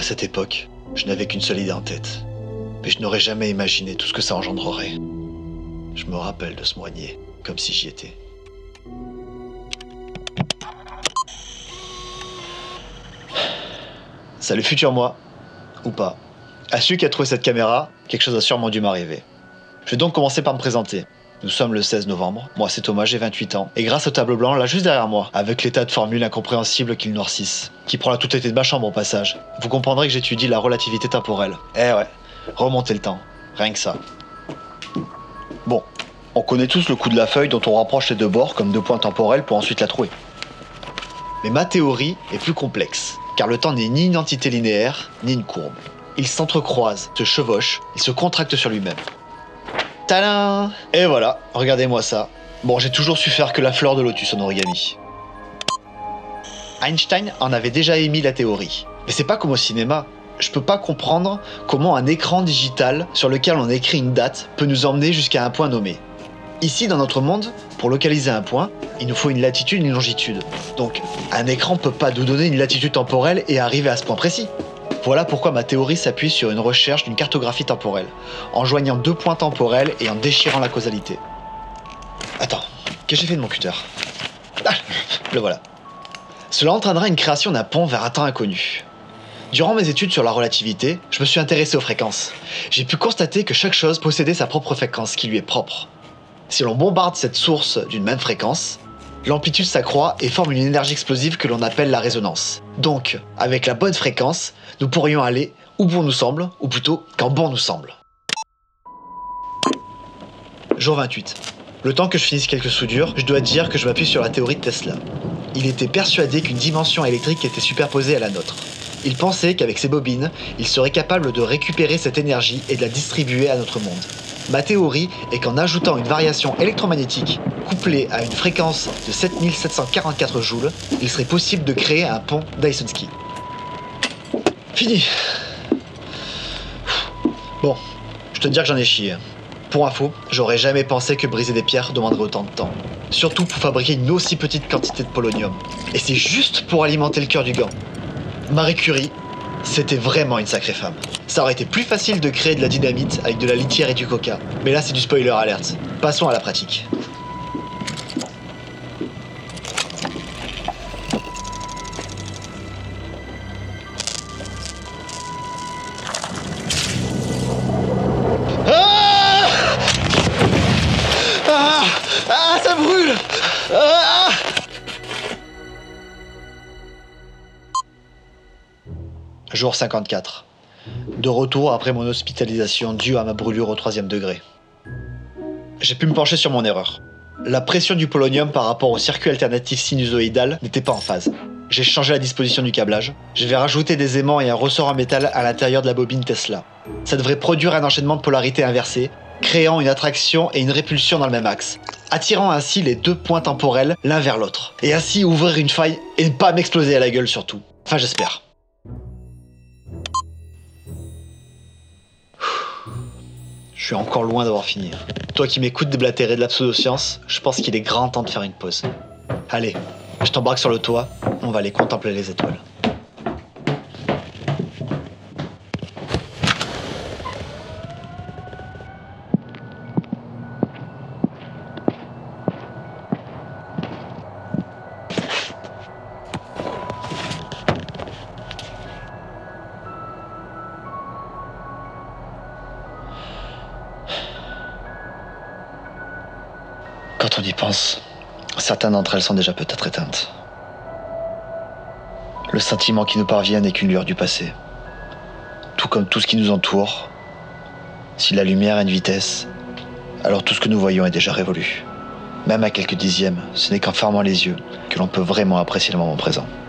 cette époque, je n'avais qu'une seule idée en tête. Mais je n'aurais jamais imaginé tout ce que ça engendrerait. Je me rappelle de ce moignet, comme si j'y étais. Salut futur moi, ou pas. À celui qui a trouvé cette caméra, quelque chose a sûrement dû m'arriver. Je vais donc commencer par me présenter. Nous sommes le 16 novembre, moi c'est Thomas, j'ai 28 ans, et grâce au tableau blanc là juste derrière moi, avec les tas de formules incompréhensibles qui le noircissent, qui prend la totalité de ma chambre au passage, vous comprendrez que j'étudie la relativité temporelle. Eh ouais, remonter le temps, rien que ça. Bon, on connaît tous le coup de la feuille dont on rapproche les deux bords comme deux points temporels pour ensuite la trouver. Mais ma théorie est plus complexe, car le temps n'est ni une entité linéaire, ni une courbe. Il s'entrecroise, se chevauche, il se contracte sur lui-même. Tadam! Et voilà, regardez-moi ça. Bon, j'ai toujours su faire que la fleur de lotus en origami. Einstein en avait déjà émis la théorie. Mais c'est pas comme au cinéma. Je peux pas comprendre comment un écran digital sur lequel on écrit une date peut nous emmener jusqu'à un point nommé. Ici, dans notre monde, pour localiser un point, il nous faut une latitude et une longitude. Donc, un écran peut pas nous donner une latitude temporelle et arriver à ce point précis. Voilà pourquoi ma théorie s'appuie sur une recherche d'une cartographie temporelle, en joignant deux points temporels et en déchirant la causalité. Attends, qu'est-ce que j'ai fait de mon cutter? Ah, le voilà. Cela entraînera une création d'un pont vers un temps inconnu. Durant mes études sur la relativité, je me suis intéressé aux fréquences. J'ai pu constater que chaque chose possédait sa propre fréquence qui lui est propre. Si l'on bombarde cette source d'une même fréquence, l'amplitude s'accroît et forme une énergie explosive que l'on appelle la résonance. Donc, avec la bonne fréquence, nous pourrions aller où bon nous semble, ou plutôt quand bon nous semble. Jour 28. Le temps que je finisse quelques soudures, je dois dire que je m'appuie sur la théorie de Tesla. Il était persuadé qu'une dimension électrique était superposée à la nôtre. Il pensait qu'avec ses bobines, il serait capable de récupérer cette énergie et de la distribuer à notre monde. Ma théorie est qu'en ajoutant une variation électromagnétique couplée à une fréquence de 7744 joules, il serait possible de créer un pont Dysonski. Fini. Bon, je te dis que j'en ai chié. Pour info, j'aurais jamais pensé que briser des pierres demanderait autant de temps. Surtout pour fabriquer une aussi petite quantité de polonium. Et c'est juste pour alimenter le cœur du gant. Marie Curie, c'était vraiment une sacrée femme. Ça aurait été plus facile de créer de la dynamite avec de la litière et du coca. Mais là, c'est du spoiler alert. Passons à la pratique. Ça brûle! Jour 54. De retour après mon hospitalisation due à ma brûlure au 3e degré. J'ai pu me pencher sur mon erreur. La pression du polonium par rapport au circuit alternatif sinusoïdal n'était pas en phase. J'ai changé la disposition du câblage. Je vais rajouter des aimants et un ressort en métal à l'intérieur de la bobine Tesla. Ça devrait produire un enchaînement de polarité inversée, créant une attraction et une répulsion dans le même axe, attirant ainsi les deux points temporels l'un vers l'autre, et ainsi ouvrir une faille et ne pas m'exploser à la gueule surtout. Enfin, j'espère. Je suis encore loin d'avoir fini. Toi qui m'écoutes déblatérer de la pseudo-science, je pense qu'il est grand temps de faire une pause. Allez, je t'embarque sur le toit, on va aller contempler les étoiles. Quand on y pense, certaines d'entre elles sont déjà peut-être éteintes. Le sentiment qui nous parvient n'est qu'une lueur du passé. Tout comme tout ce qui nous entoure, si la lumière a une vitesse, alors tout ce que nous voyons est déjà révolu. Même à quelques dixièmes, ce n'est qu'en fermant les yeux que l'on peut vraiment apprécier le moment présent.